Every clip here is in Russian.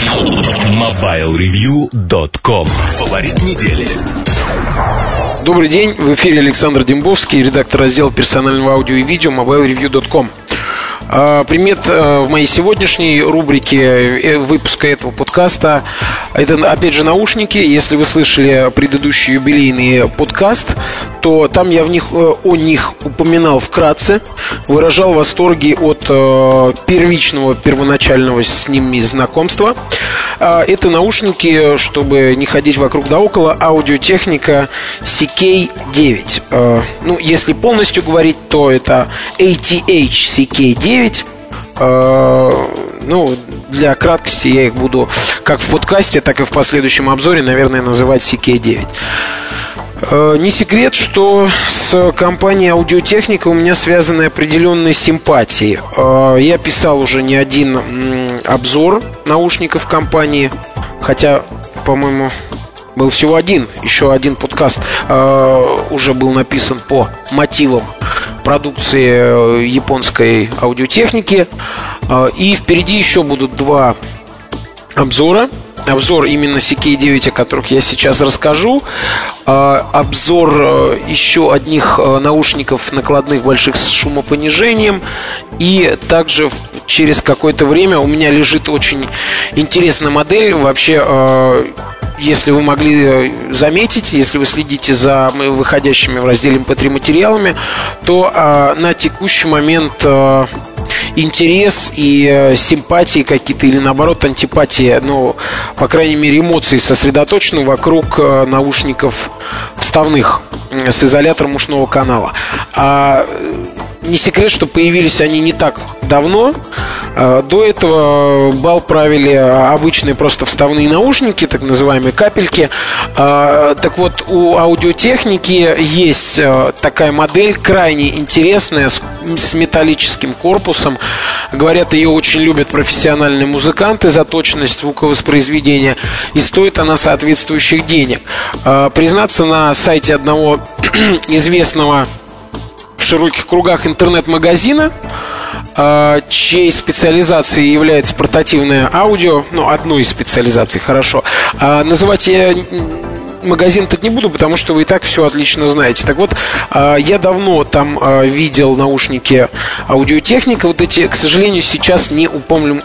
MobileReview.com. Фаворит недели. Добрый день, в эфире Александр Дембовский, редактор раздела персонального аудио и видео MobileReview.com. Примет в моей сегодняшней рубрике выпуска этого подкаста. Это, опять же, наушники. Если вы слышали предыдущий юбилейный подкаст, то там я о них упоминал вкратце, выражал восторги от первоначального с ними знакомства. Это наушники, чтобы не ходить вокруг да около, Audio-Technica CK9. Если полностью говорить, то это ATH CK9. Для краткости я их буду как в подкасте, так и в последующем обзоре, наверное, называть CK9. Не секрет, что с компанией Audio-Technica у меня связаны определенные симпатии. Я писал уже не один обзор наушников компании, хотя, по-моему, был всего один. Еще один подкаст уже был написан по мотивам продукции японской аудиотехники. И впереди еще будут два обзора. Обзор именно CK9, о которых я сейчас расскажу. Обзор еще одних наушников накладных больших с шумопонижением. И также через какое-то время у меня лежит очень интересная модель. Вообще, если вы могли заметить, если вы следите за выходящими в разделе MP3 материалами, то на текущий момент интерес и симпатии какие-то, или наоборот антипатии, по крайней мере, эмоции сосредоточены вокруг наушников вставных с изолятором ушного канала. Не секрет, что появились они не так давно. До этого бал правили обычные просто вставные наушники, так называемые капельки. Так вот, у аудиотехники есть такая модель, крайне интересная, с металлическим корпусом. Говорят, ее очень любят профессиональные музыканты за точность звуковоспроизведения, и стоит она соответствующих денег. Признаться, на сайте одного известного в широких кругах интернет-магазина, чьей специализацией является портативное аудио, одной из специализаций, хорошо. Называть я магазин-то не буду, потому что вы и так все отлично знаете. Так вот, я давно там видел наушники Audio-Technica. Вот эти, к сожалению, сейчас не упомню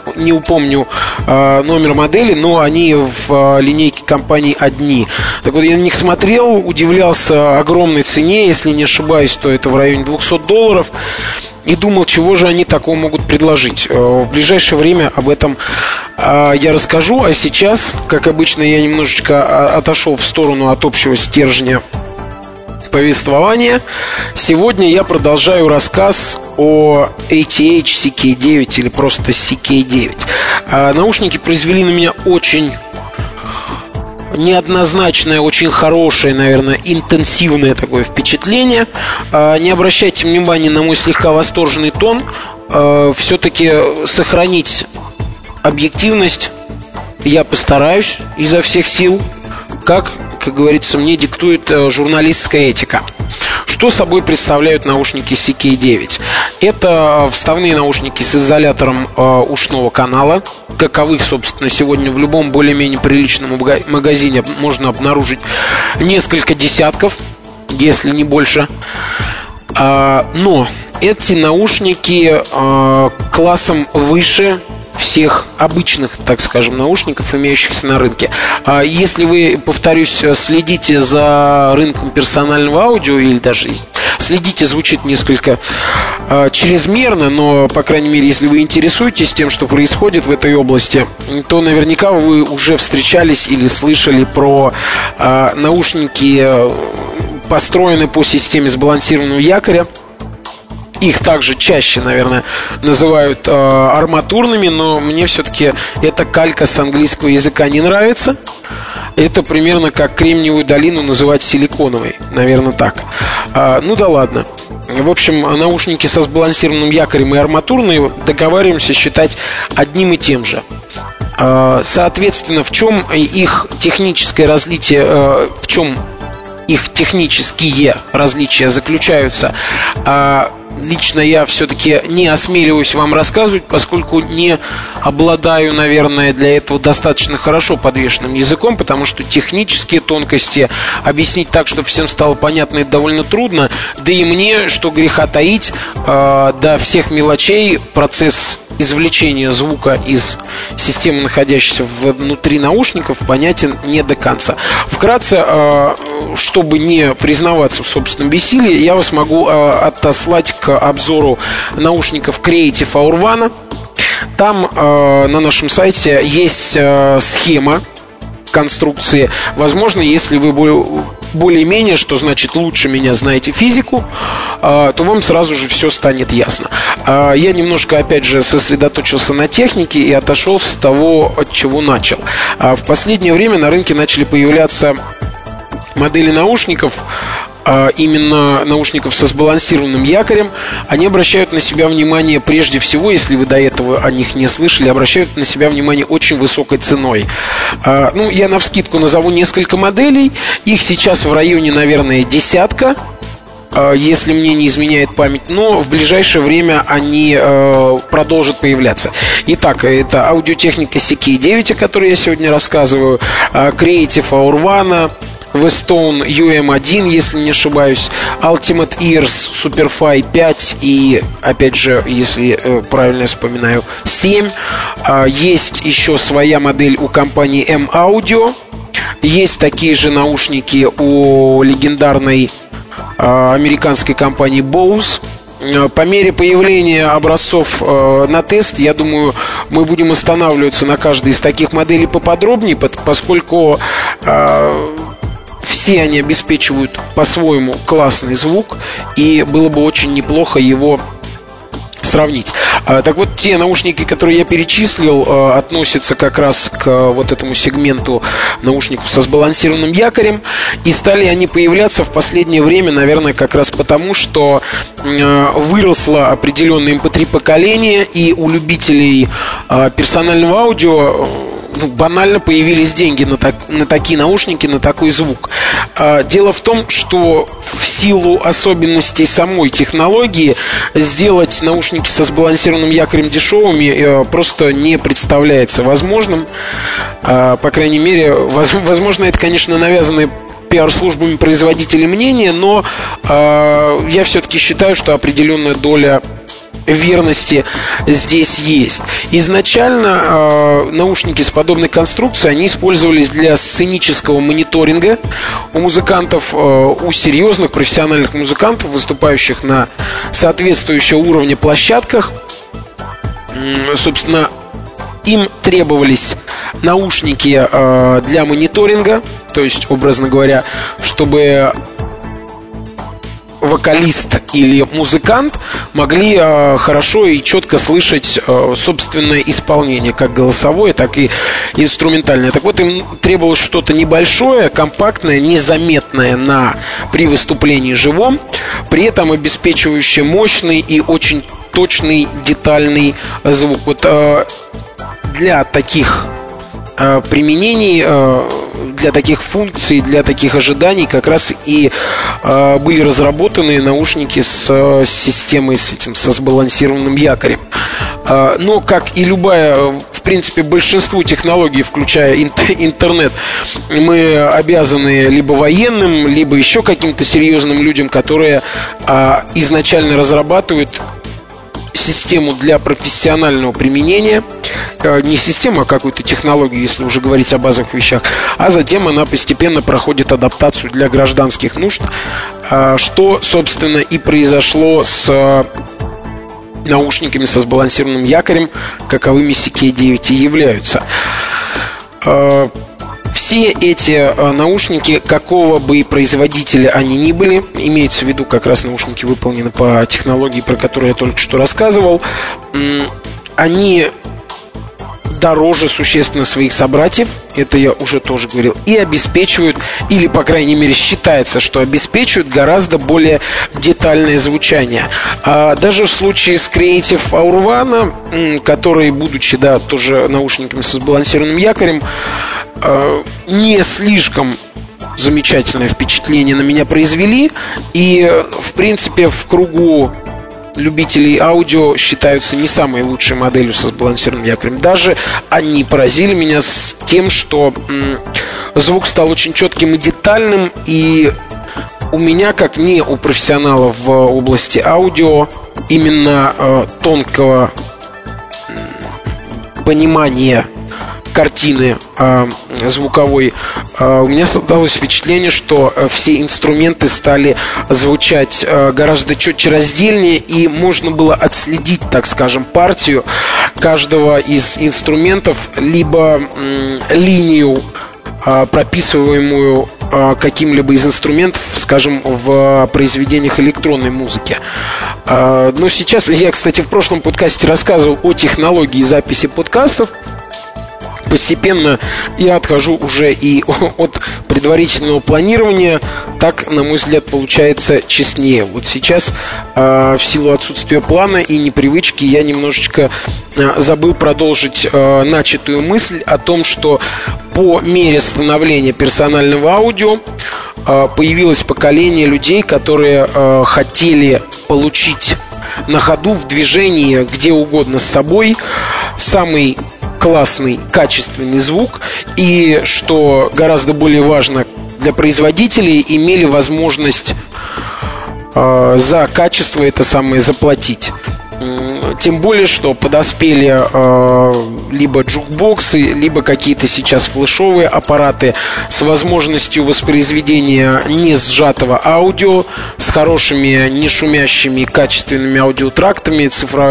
номер модели, но они в линейке компании одни. Так вот, я на них смотрел, удивлялся огромной цене. Если не ошибаюсь, то это в районе $200. И думал, чего же они такого могут предложить. В ближайшее время об этом я расскажу. А сейчас, как обычно, я немножечко отошел в сторону от общего стержня повествования. Сегодня я продолжаю рассказ о ATH CK9 или просто CK9. Наушники произвели на меня очень неоднозначное, очень хорошее, наверное, интенсивное такое впечатление. Не обращайте внимания на мой слегка восторженный тон. Все-таки сохранить объективность я постараюсь изо всех сил, как говорится, мне диктует журналистская этика. Что собой представляют наушники CK9? Это вставные наушники с изолятором ушного канала. Каковых, собственно, сегодня в любом более-менее приличном магазине можно обнаружить несколько десятков, если не больше. Но эти наушники классом выше всех обычных, так скажем, наушников, имеющихся на рынке. Если вы, повторюсь, следите за рынком персонального аудио, или даже следите, звучит несколько чрезмерно, но, по крайней мере, если вы интересуетесь тем, что происходит в этой области, то наверняка вы уже встречались или слышали про наушники, построенные по системе сбалансированного якоря. Их также чаще, наверное, называют арматурными, но мне все-таки эта калька с английского языка не нравится. Это примерно как Кремниевую долину называть силиконовой, наверное, так. Ну да ладно. В общем, наушники со сбалансированным якорем и арматурные договариваемся считать одним и тем же. Соответственно, в чем их техническое различие, в чем их технические различия заключаются? лично я все-таки не осмеливаюсь вам рассказывать, поскольку не обладаю, наверное, для этого достаточно хорошо подвешенным языком, потому что технические тонкости объяснить так, чтобы всем стало понятно, это довольно трудно. Да и мне, что греха таить, до всех мелочей процесс извлечения звука из системы, находящейся внутри наушников, понятен не до конца. Вкратце, чтобы не признаваться в собственном бессилии, я вас могу отослать к обзору наушников Creative Aurvana. Там на нашем сайте есть схема конструкции. Возможно, если вы более-менее, что значит лучше меня знаете физику, то вам сразу же все станет ясно. Я немножко, опять же, сосредоточился на технике и отошел с того, от чего начал. В последнее время на рынке начали появляться модели наушников, именно наушников со сбалансированным якорем. Они обращают на себя внимание прежде всего, если вы до этого о них не слышали, обращают на себя внимание очень высокой ценой. Я навскидку назову несколько моделей. Их сейчас в районе, наверное, десятка, если мне не изменяет память, но в ближайшее время они продолжат появляться. Итак, это Audio-Technica CK9, о которой я сегодня рассказываю, Creative Aurvana, Westone UM1, если не ошибаюсь, Ultimate Ears Superfi 5 и, опять же, если правильно я вспоминаю, 7. Есть еще своя модель у компании M-Audio. Есть такие же наушники у легендарной американской компании Bose. По мере появления образцов на тест, я думаю, мы будем останавливаться на каждой из таких моделей поподробнее, поскольку все они обеспечивают по-своему классный звук, и было бы очень неплохо его сравнить. Так вот, те наушники, которые я перечислил, относятся как раз к вот этому сегменту наушников со сбалансированным якорем. И стали они появляться в последнее время, наверное, как раз потому, что выросло определенное MP3 поколение, и у любителей персонального аудио банально появились деньги на такие наушники, на такой звук. Дело в том, что в силу особенностей самой технологии сделать наушники со сбалансированным якорем дешевыми просто не представляется возможным. По крайней мере, возможно, это, конечно, навязанное пиар-службами производителей мнение, но я все-таки считаю, что определенная доля верности здесь есть. Изначально наушники с подобной конструкцией, они использовались для сценического мониторинга у музыкантов, у серьезных профессиональных музыкантов, выступающих на соответствующего уровня площадках. Собственно, им требовались наушники для мониторинга, то есть, образно говоря, чтобы вокалист или музыкант могли хорошо и четко слышать собственное исполнение, как голосовое, так и инструментальное. Так вот, им требовалось что-то небольшое, компактное, незаметное при выступлении живом, при этом обеспечивающее мощный и очень точный, детальный звук. Вот для таких применений, для таких функций, для таких ожиданий как раз и были разработаны наушники с системой, со сбалансированным якорем. Но, как и любая, в принципе, большинству технологий, включая интернет, мы обязаны либо военным, либо еще каким-то серьезным людям, которые изначально разрабатывают систему для профессионального применения. Не систему, а какую-то технологию, если уже говорить о базовых вещах. А затем она постепенно проходит адаптацию для гражданских нужд, что, собственно, и произошло с наушниками со сбалансированным якорем, каковыми CK9 и являются. Все эти наушники, какого бы и производителя они ни были, имеется в виду как раз наушники, выполнены по технологии, про которую я только что рассказывал, они дороже существенно своих собратьев, это я уже тоже говорил, и обеспечивают, или, по крайней мере, считается, что обеспечивают гораздо более детальное звучание. Даже в случае с Creative Aurvana, которые, будучи, тоже наушниками со сбалансированным якорем, не слишком замечательное впечатление на меня произвели. И, в принципе, в кругу любителей аудио считаются не самой лучшей моделью со сбалансированным якорем. Даже они поразили меня с тем, что звук стал очень четким и детальным, и у меня, как не у профессионалов в области аудио, именно тонкого понимания картины звуковой, у меня создалось впечатление, что все инструменты стали звучать гораздо четче, раздельнее, и можно было отследить, так скажем, партию каждого из инструментов, либо линию, прописываемую каким-либо из инструментов, скажем, в произведениях электронной музыки. Но сейчас, я, кстати, в прошлом подкасте рассказывал о технологии записи подкастов. Постепенно я отхожу уже и от предварительного планирования. Так, на мой взгляд, получается честнее. Вот сейчас, в силу отсутствия плана и непривычки, я немножечко забыл продолжить начатую мысль о том, что по мере становления персонального аудио появилось поколение людей, которые хотели получить на ходу, в движении, где угодно с собой, самый классный, качественный звук, и, что гораздо более важно для производителей, имели возможность за качество это самое заплатить. Тем более, что подоспели либо джукбоксы, либо какие-то сейчас флешовые аппараты с возможностью воспроизведения не сжатого аудио, с хорошими, не шумящими, качественными аудиотрактами,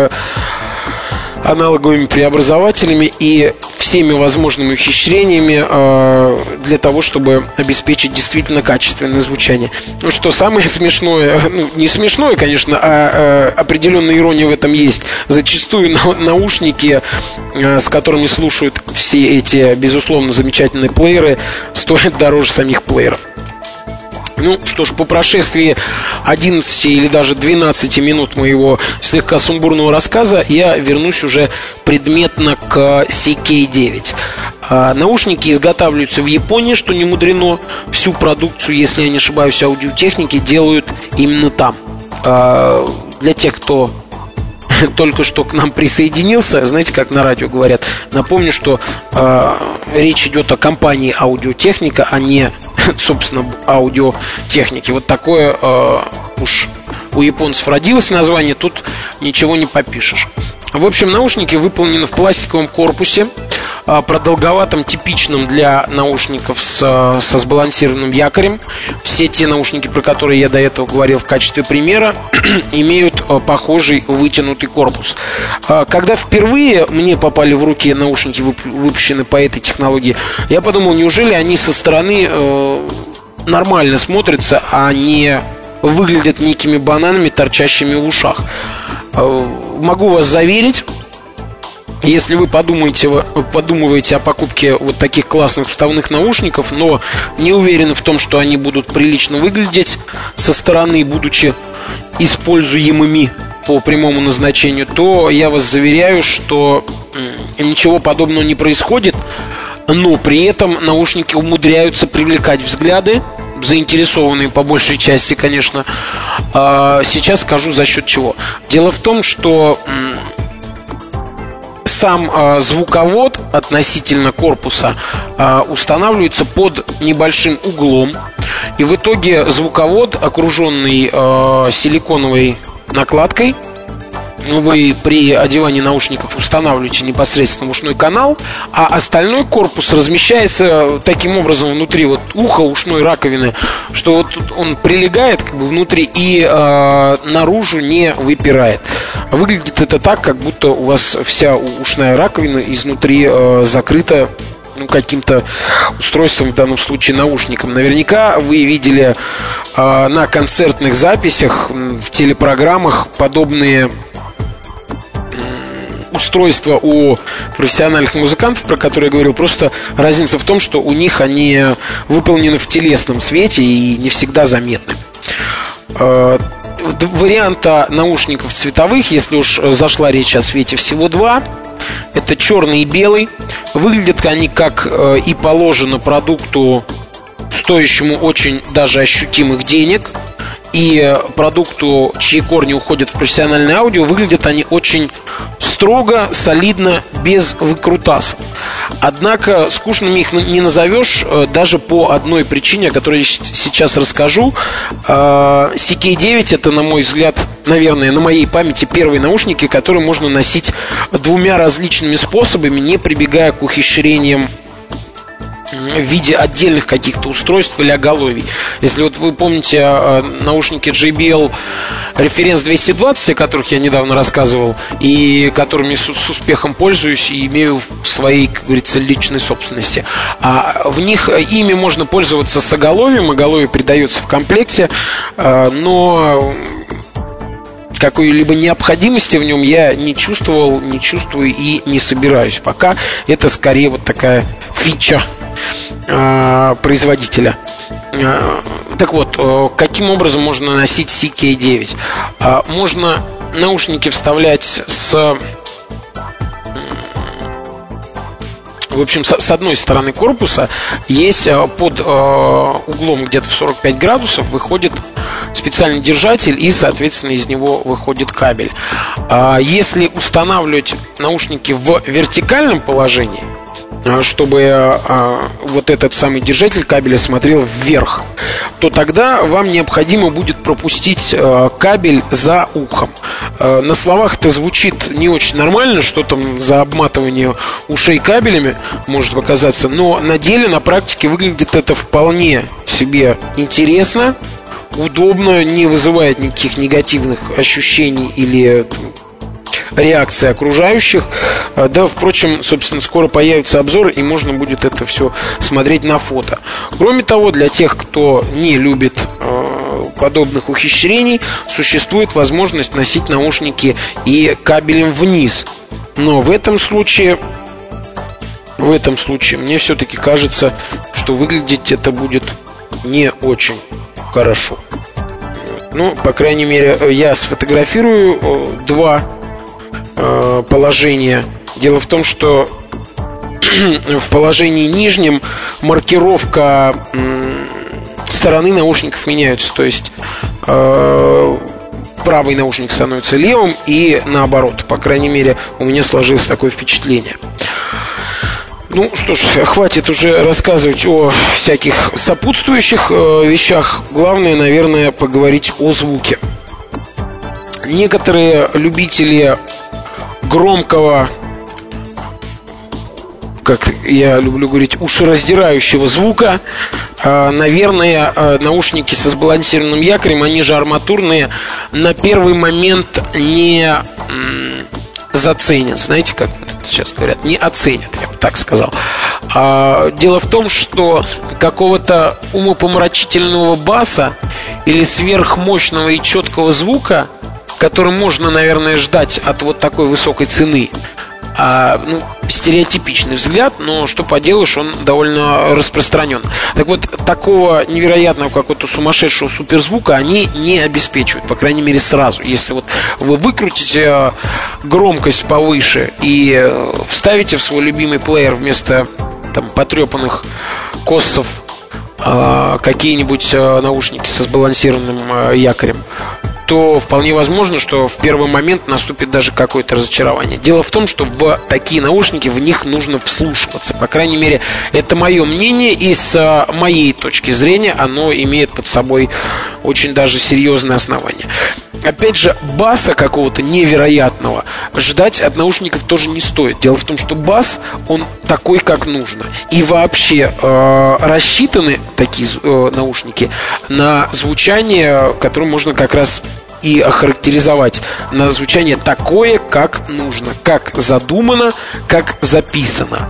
аналоговыми преобразователями и всеми возможными ухищрениями для того, чтобы обеспечить действительно качественное звучание. Ну, что самое смешное, ну, не смешное, конечно, а определенная ирония в этом есть. Зачастую наушники, с которыми слушают все эти, безусловно, замечательные плееры, стоят дороже самих плееров. Ну что ж, по прошествии 11 или даже 12 минут моего слегка сумбурного рассказа я вернусь уже предметно к CK9. Наушники изготавливаются в Японии, что не мудрено. Всю продукцию, если я не ошибаюсь, аудиотехники делают именно там. Для тех, кто только что к нам присоединился, знаете, как на радио говорят, напомню, что речь идет о компании «Аудиотехника», а не, собственно, аудиотехники. Вот такое уж у японцев родилось название, тут ничего не попишешь. В общем, наушники выполнены в пластиковом корпусе, продолговатым, типичным для наушников со сбалансированным якорем. Все те наушники, про которые я до этого говорил в качестве примера, имеют похожий вытянутый корпус. Когда впервые мне попали в руки наушники, выпущенные по этой технологии, я подумал, неужели они со стороны нормально смотрятся, а не выглядят некими бананами, торчащими в ушах. Могу вас заверить, если вы подумываете о покупке вот таких классных вставных наушников, но не уверены в том, что они будут прилично выглядеть со стороны, будучи используемыми по прямому назначению, то я вас заверяю, что ничего подобного не происходит, но при этом наушники умудряются привлекать взгляды, заинтересованные по большей части, конечно. Сейчас скажу за счет чего. Дело в том, что сам звуковод относительно корпуса устанавливается под небольшим углом. И в итоге звуковод, окруженный силиконовой накладкой, вы при одевании наушников устанавливаете непосредственно в ушной канал, а остальной корпус размещается таким образом внутри вот уха, ушной раковины, что вот он прилегает как бы внутри и наружу не выпирает. Выглядит это так, как будто у вас вся ушная раковина изнутри закрыта каким-то устройством, в данном случае наушником. Наверняка вы видели на концертных записях, в телепрограммах подобные устройства у профессиональных музыкантов, про которые я говорил. Просто разница в том, что у них они выполнены в телесном свете и не всегда заметны. Варианта наушников цветовых, если уж зашла речь о свете, всего два. Это черный и белый. Выглядят они, как и положено, продукту, стоящему очень даже ощутимых денег. и продукту, чьи корни уходят в профессиональное аудио, выглядят они очень строго, солидно, без выкрутасов. Однако скучными их не назовешь даже по одной причине, о которой я сейчас расскажу. CK9 — это, на мой взгляд, наверное, на моей памяти первые наушники, которые можно носить двумя различными способами, не прибегая к ухищрениям в виде отдельных каких-то устройств или оголовий. Если вот вы помните наушники JBL Reference 220, о которых я недавно рассказывал, и которыми с успехом пользуюсь и имею в своей, как говорится, личной собственности, в них ими можно пользоваться с оголовьем. Оголовье придается в комплекте, но какой-либо необходимости в нем я не чувствовал, не чувствую и не собираюсь пока. Это скорее вот такая фича производителя. Так вот, каким образом можно носить CK9? Можно наушники вставлять в общем, с одной стороны корпуса есть под углом где-то в 45 градусов выходит специальный держатель, и, соответственно, из него выходит кабель. Если устанавливать наушники в вертикальном положении, чтобы вот этот самый держатель кабеля смотрел вверх, то тогда вам необходимо будет пропустить кабель за ухом. На словах это звучит не очень нормально, что там за обматывание ушей кабелями может показаться, но на деле, на практике выглядит это вполне себе интересно, удобно, не вызывает никаких негативных ощущений или реакции окружающих. Да, впрочем, собственно, скоро появится обзор, и можно будет это все смотреть на фото. Кроме того, для тех, кто не любит подобных ухищрений, существует возможность носить наушники и кабелем вниз. Но в этом случае мне все-таки кажется, что выглядеть это будет не очень хорошо. Ну, по крайней мере, я сфотографирую два положения. Дело в том, что в положении нижнем маркировка стороны наушников меняется. То есть правый наушник становится левым и наоборот. По крайней мере, у меня сложилось такое впечатление. Ну что ж, хватит уже рассказывать о всяких сопутствующих вещах. Главное, наверное, поговорить о звуке. Некоторые любители громкого, как я люблю говорить, ушераздирающего звука, наверное, наушники со сбалансированным якорем, они же арматурные, на первый момент не заценят. Знаете, как сейчас говорят? Не оценят, я бы так сказал. Дело в том, что какого-то умопомрачительного баса или сверхмощного и четкого звука, который можно, наверное, ждать от вот такой высокой цены, стереотипичный взгляд, но что поделаешь, он довольно распространен. Так вот, такого невероятного какого-то сумасшедшего суперзвука они не обеспечивают, по крайней мере, сразу. Если вот вы выкрутите громкость повыше и вставите в свой любимый плеер вместо там потрепанных коссов какие-нибудь наушники со сбалансированным якорем, то вполне возможно, что в первый момент наступит даже какое-то разочарование. Дело в том, что в такие наушники в них нужно вслушиваться. По крайней мере, это мое мнение, и с моей точки зрения оно имеет под собой очень даже серьезное основание. Опять же, баса какого-то невероятного ждать от наушников тоже не стоит. Дело в том, что бас, он такой, как нужно. И вообще рассчитаны такие наушники на звучание, которое можно как раз и охарактеризовать, на звучание такое, как нужно, как задумано, как записано.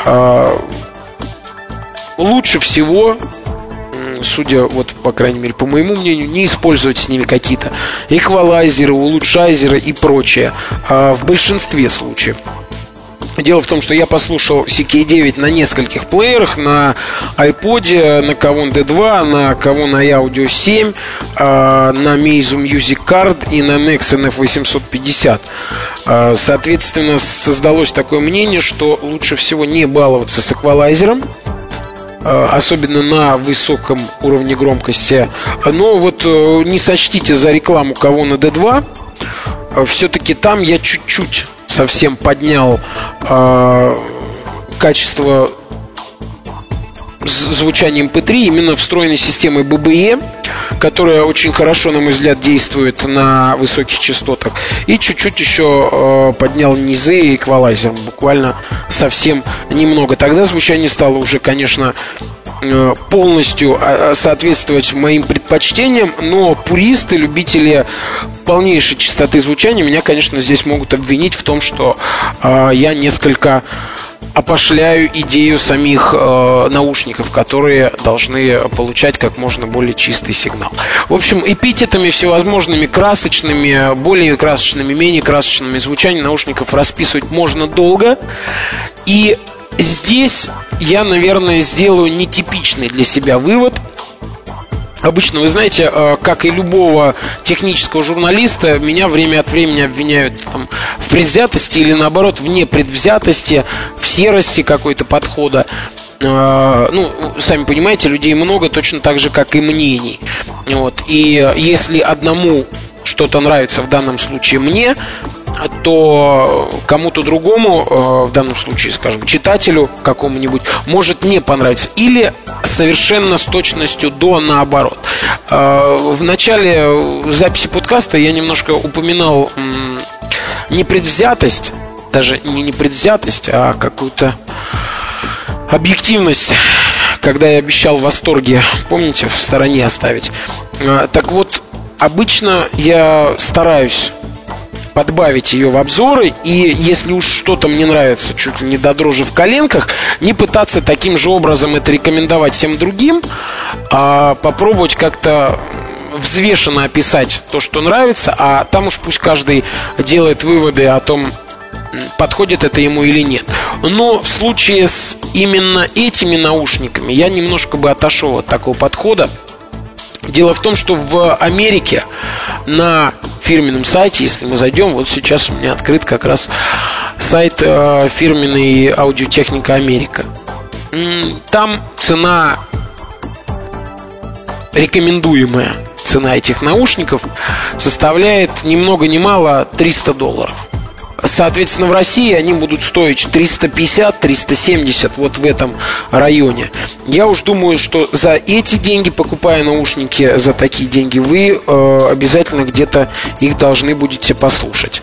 Лучше всего, судя, вот, по крайней мере, по моему мнению, не использовать с ними какие-то эквалайзеры, улучшайзеры и прочее в большинстве случаев. Дело в том, что я послушал CK9 на нескольких плеерах, на iPod, на Kavon D2, на Kavon iAudio 7, на Meizu Music Card и на Nexon F850. Соответственно, создалось такое мнение, что лучше всего не баловаться с эквалайзером, особенно на высоком уровне громкости. Но вот не сочтите за рекламу кого на D2. Все-таки там я чуть-чуть совсем поднял качество звучания MP3 именно встроенной системой BBE, которая очень хорошо, на мой взгляд, действует на высоких частотах. И чуть-чуть еще поднял низы и эквалайзер, буквально совсем немного. Тогда звучание стало уже, конечно, полностью соответствовать моим предпочтениям, но пуристы, любители полнейшей частоты звучания меня, конечно, здесь могут обвинить в том, что я несколько опошляю идею самих наушников, которые должны получать как можно более чистый сигнал. В общем, эпитетами всевозможными красочными, более красочными, менее красочными звучание наушников расписывать можно долго. И здесь я, наверное, сделаю нетипичный для себя вывод. Обычно, вы знаете, как и любого технического журналиста, меня время от времени обвиняют там, в предвзятости или, наоборот, в непредвзятости, в серости какой-то подхода. Ну, сами понимаете, людей много, точно так же, как и мнений. Вот. И если одному что-то нравится, в данном случае мне, то кому-то другому, в данном случае, скажем, читателю какому-нибудь, может не понравиться. Или совершенно с точностью до наоборот. В начале записи подкаста я немножко упоминал непредвзятость, даже не непредвзятость, а какую-то объективность, когда я обещал восторги, помните, в стороне оставить. Так вот, обычно я стараюсь подбавить ее в обзоры, и если уж что-то мне нравится чуть ли не до дрожи в коленках, не пытаться таким же образом это рекомендовать всем другим, а попробовать как-то взвешенно описать то, что нравится, а там уж пусть каждый делает выводы о том, подходит это ему или нет. Но в случае с именно этими наушниками я немножко бы отошел от такого подхода. Дело в том, что в Америке на фирменном сайте, если мы зайдем, вот сейчас у меня открыт как раз сайт фирменной Аудиотехника Америка. Там цена, рекомендуемая цена этих наушников составляет ни много ни мало $300. Соответственно, в России они будут стоить 350-370, вот в этом районе. Я уж думаю, что за эти деньги, покупая наушники за такие деньги, вы обязательно где-то их должны будете послушать.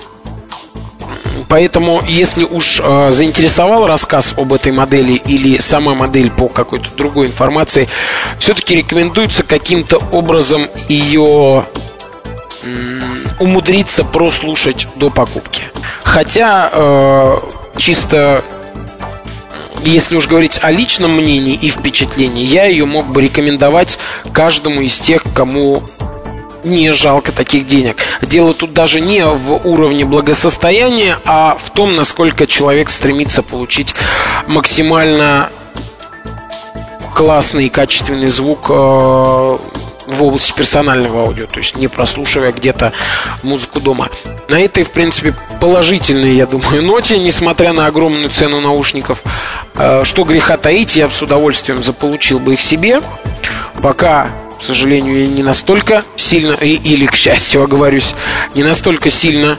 Поэтому, если уж заинтересовал рассказ об этой модели или сама модель по какой-то другой информации, все-таки рекомендуется каким-то образом ее умудриться прослушать до покупки. Хотя чисто если уж говорить о личном мнении и впечатлении, я ее мог бы рекомендовать каждому из тех, кому не жалко таких денег. Дело тут даже не в уровне благосостояния, а в том, насколько человек стремится получить максимально классный и качественный звук в области персонального аудио, то есть не прослушивая где-то музыку дома. На этой, в принципе, положительной, я думаю, ноте, несмотря на огромную цену наушников, что греха таить, я бы с удовольствием заполучил бы их себе. Пока, к сожалению, я не настолько сильно, или, к счастью, оговорюсь, не настолько сильно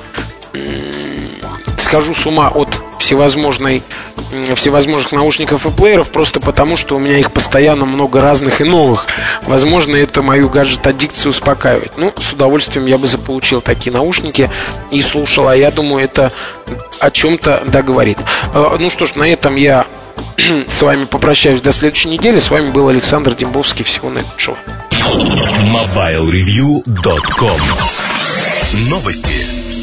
схожу с ума от всевозможных наушников и плееров, просто потому, что у меня их постоянно много разных и новых. Возможно, это мою гаджет-аддикцию успокаивает. Ну, с удовольствием я бы заполучил такие наушники и слушал, а я думаю, это о чем-то договорит. Ну что ж, на этом я с вами попрощаюсь до следующей недели. С вами был Александр Дембовский. Всего на этот шоу. MobileReview.com. Новости.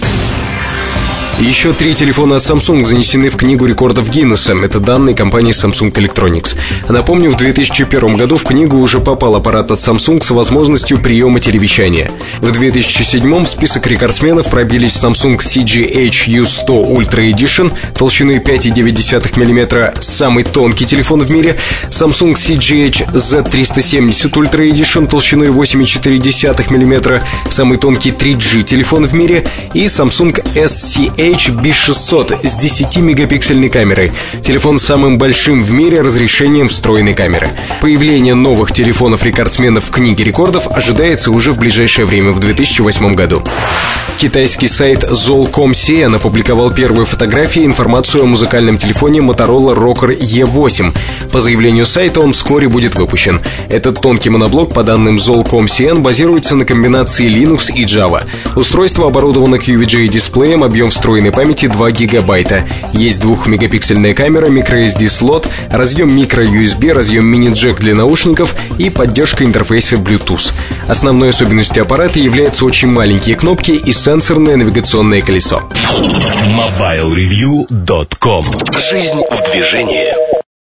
Еще 3 телефона от Samsung занесены в книгу рекордов Гиннесса. Это данные компании Samsung Electronics. Напомню, в 2001 году в книгу уже попал аппарат от Samsung с возможностью приема телевещания. В 2007 в список рекордсменов пробились Samsung CGH-U100 Ultra Edition толщиной 5,9 мм, самый тонкий телефон в мире, Samsung CGH-Z370 Ultra Edition толщиной 8,4 мм, самый тонкий 3G телефон в мире, и Samsung SCA HB600 с 10-мегапиксельной камерой. Телефон с самым большим в мире разрешением встроенной камеры. Появление новых телефонов-рекордсменов в книге рекордов ожидается уже в ближайшее время, в 2008 году. Китайский сайт Zol.com.cn опубликовал первые фотографии и информацию о музыкальном телефоне Motorola Rocker E8. По заявлению сайта, он вскоре будет выпущен. Этот тонкий моноблок, по данным Zol.com.cn, базируется на комбинации Linux и Java. Устройство оборудовано QVGA-дисплеем, объем встроенной памяти 2 гигабайта. Есть 2-мегапиксельная камера, microSD-слот, разъем micro-USB, разъем мини-джек для наушников и поддержка интерфейса Bluetooth. Основной особенностью аппарата являются очень маленькие кнопки и сенсорное навигационное колесо. MobileReview.com. Жизнь в движении.